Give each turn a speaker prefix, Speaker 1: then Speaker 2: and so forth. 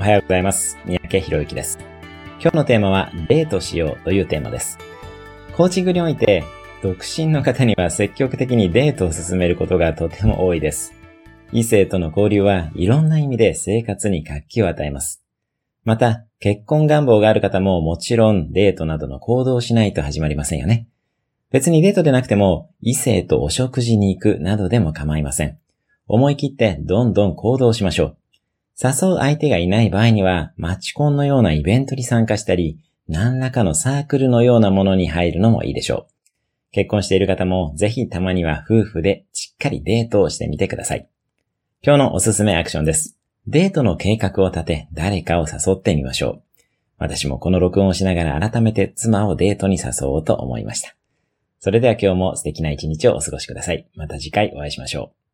Speaker 1: はようございます。三宅宏之です。今日のテーマはデートしようというテーマです。コーチングにおいて、独身の方には積極的にデートを進めることがとても多いです。異性との交流はいろんな意味で生活に活気を与えます。また、結婚願望がある方ももちろんデートなどの行動をしないと始まりませんよね。別にデートでなくても異性とお食事に行くなどでも構いません。思い切ってどんどん行動しましょう。誘う相手がいない場合にはマチコンのようなイベントに参加したり、何らかのサークルのようなものに入るのもいいでしょう。結婚している方もぜひたまには夫婦でしっかりデートをしてみてください。今日のおすすめアクションです。デートの計画を立て誰かを誘ってみましょう。私もこの録音をしながら改めて妻をデートに誘おうと思いました。それでは今日も素敵な一日をお過ごしください。また次回お会いしましょう。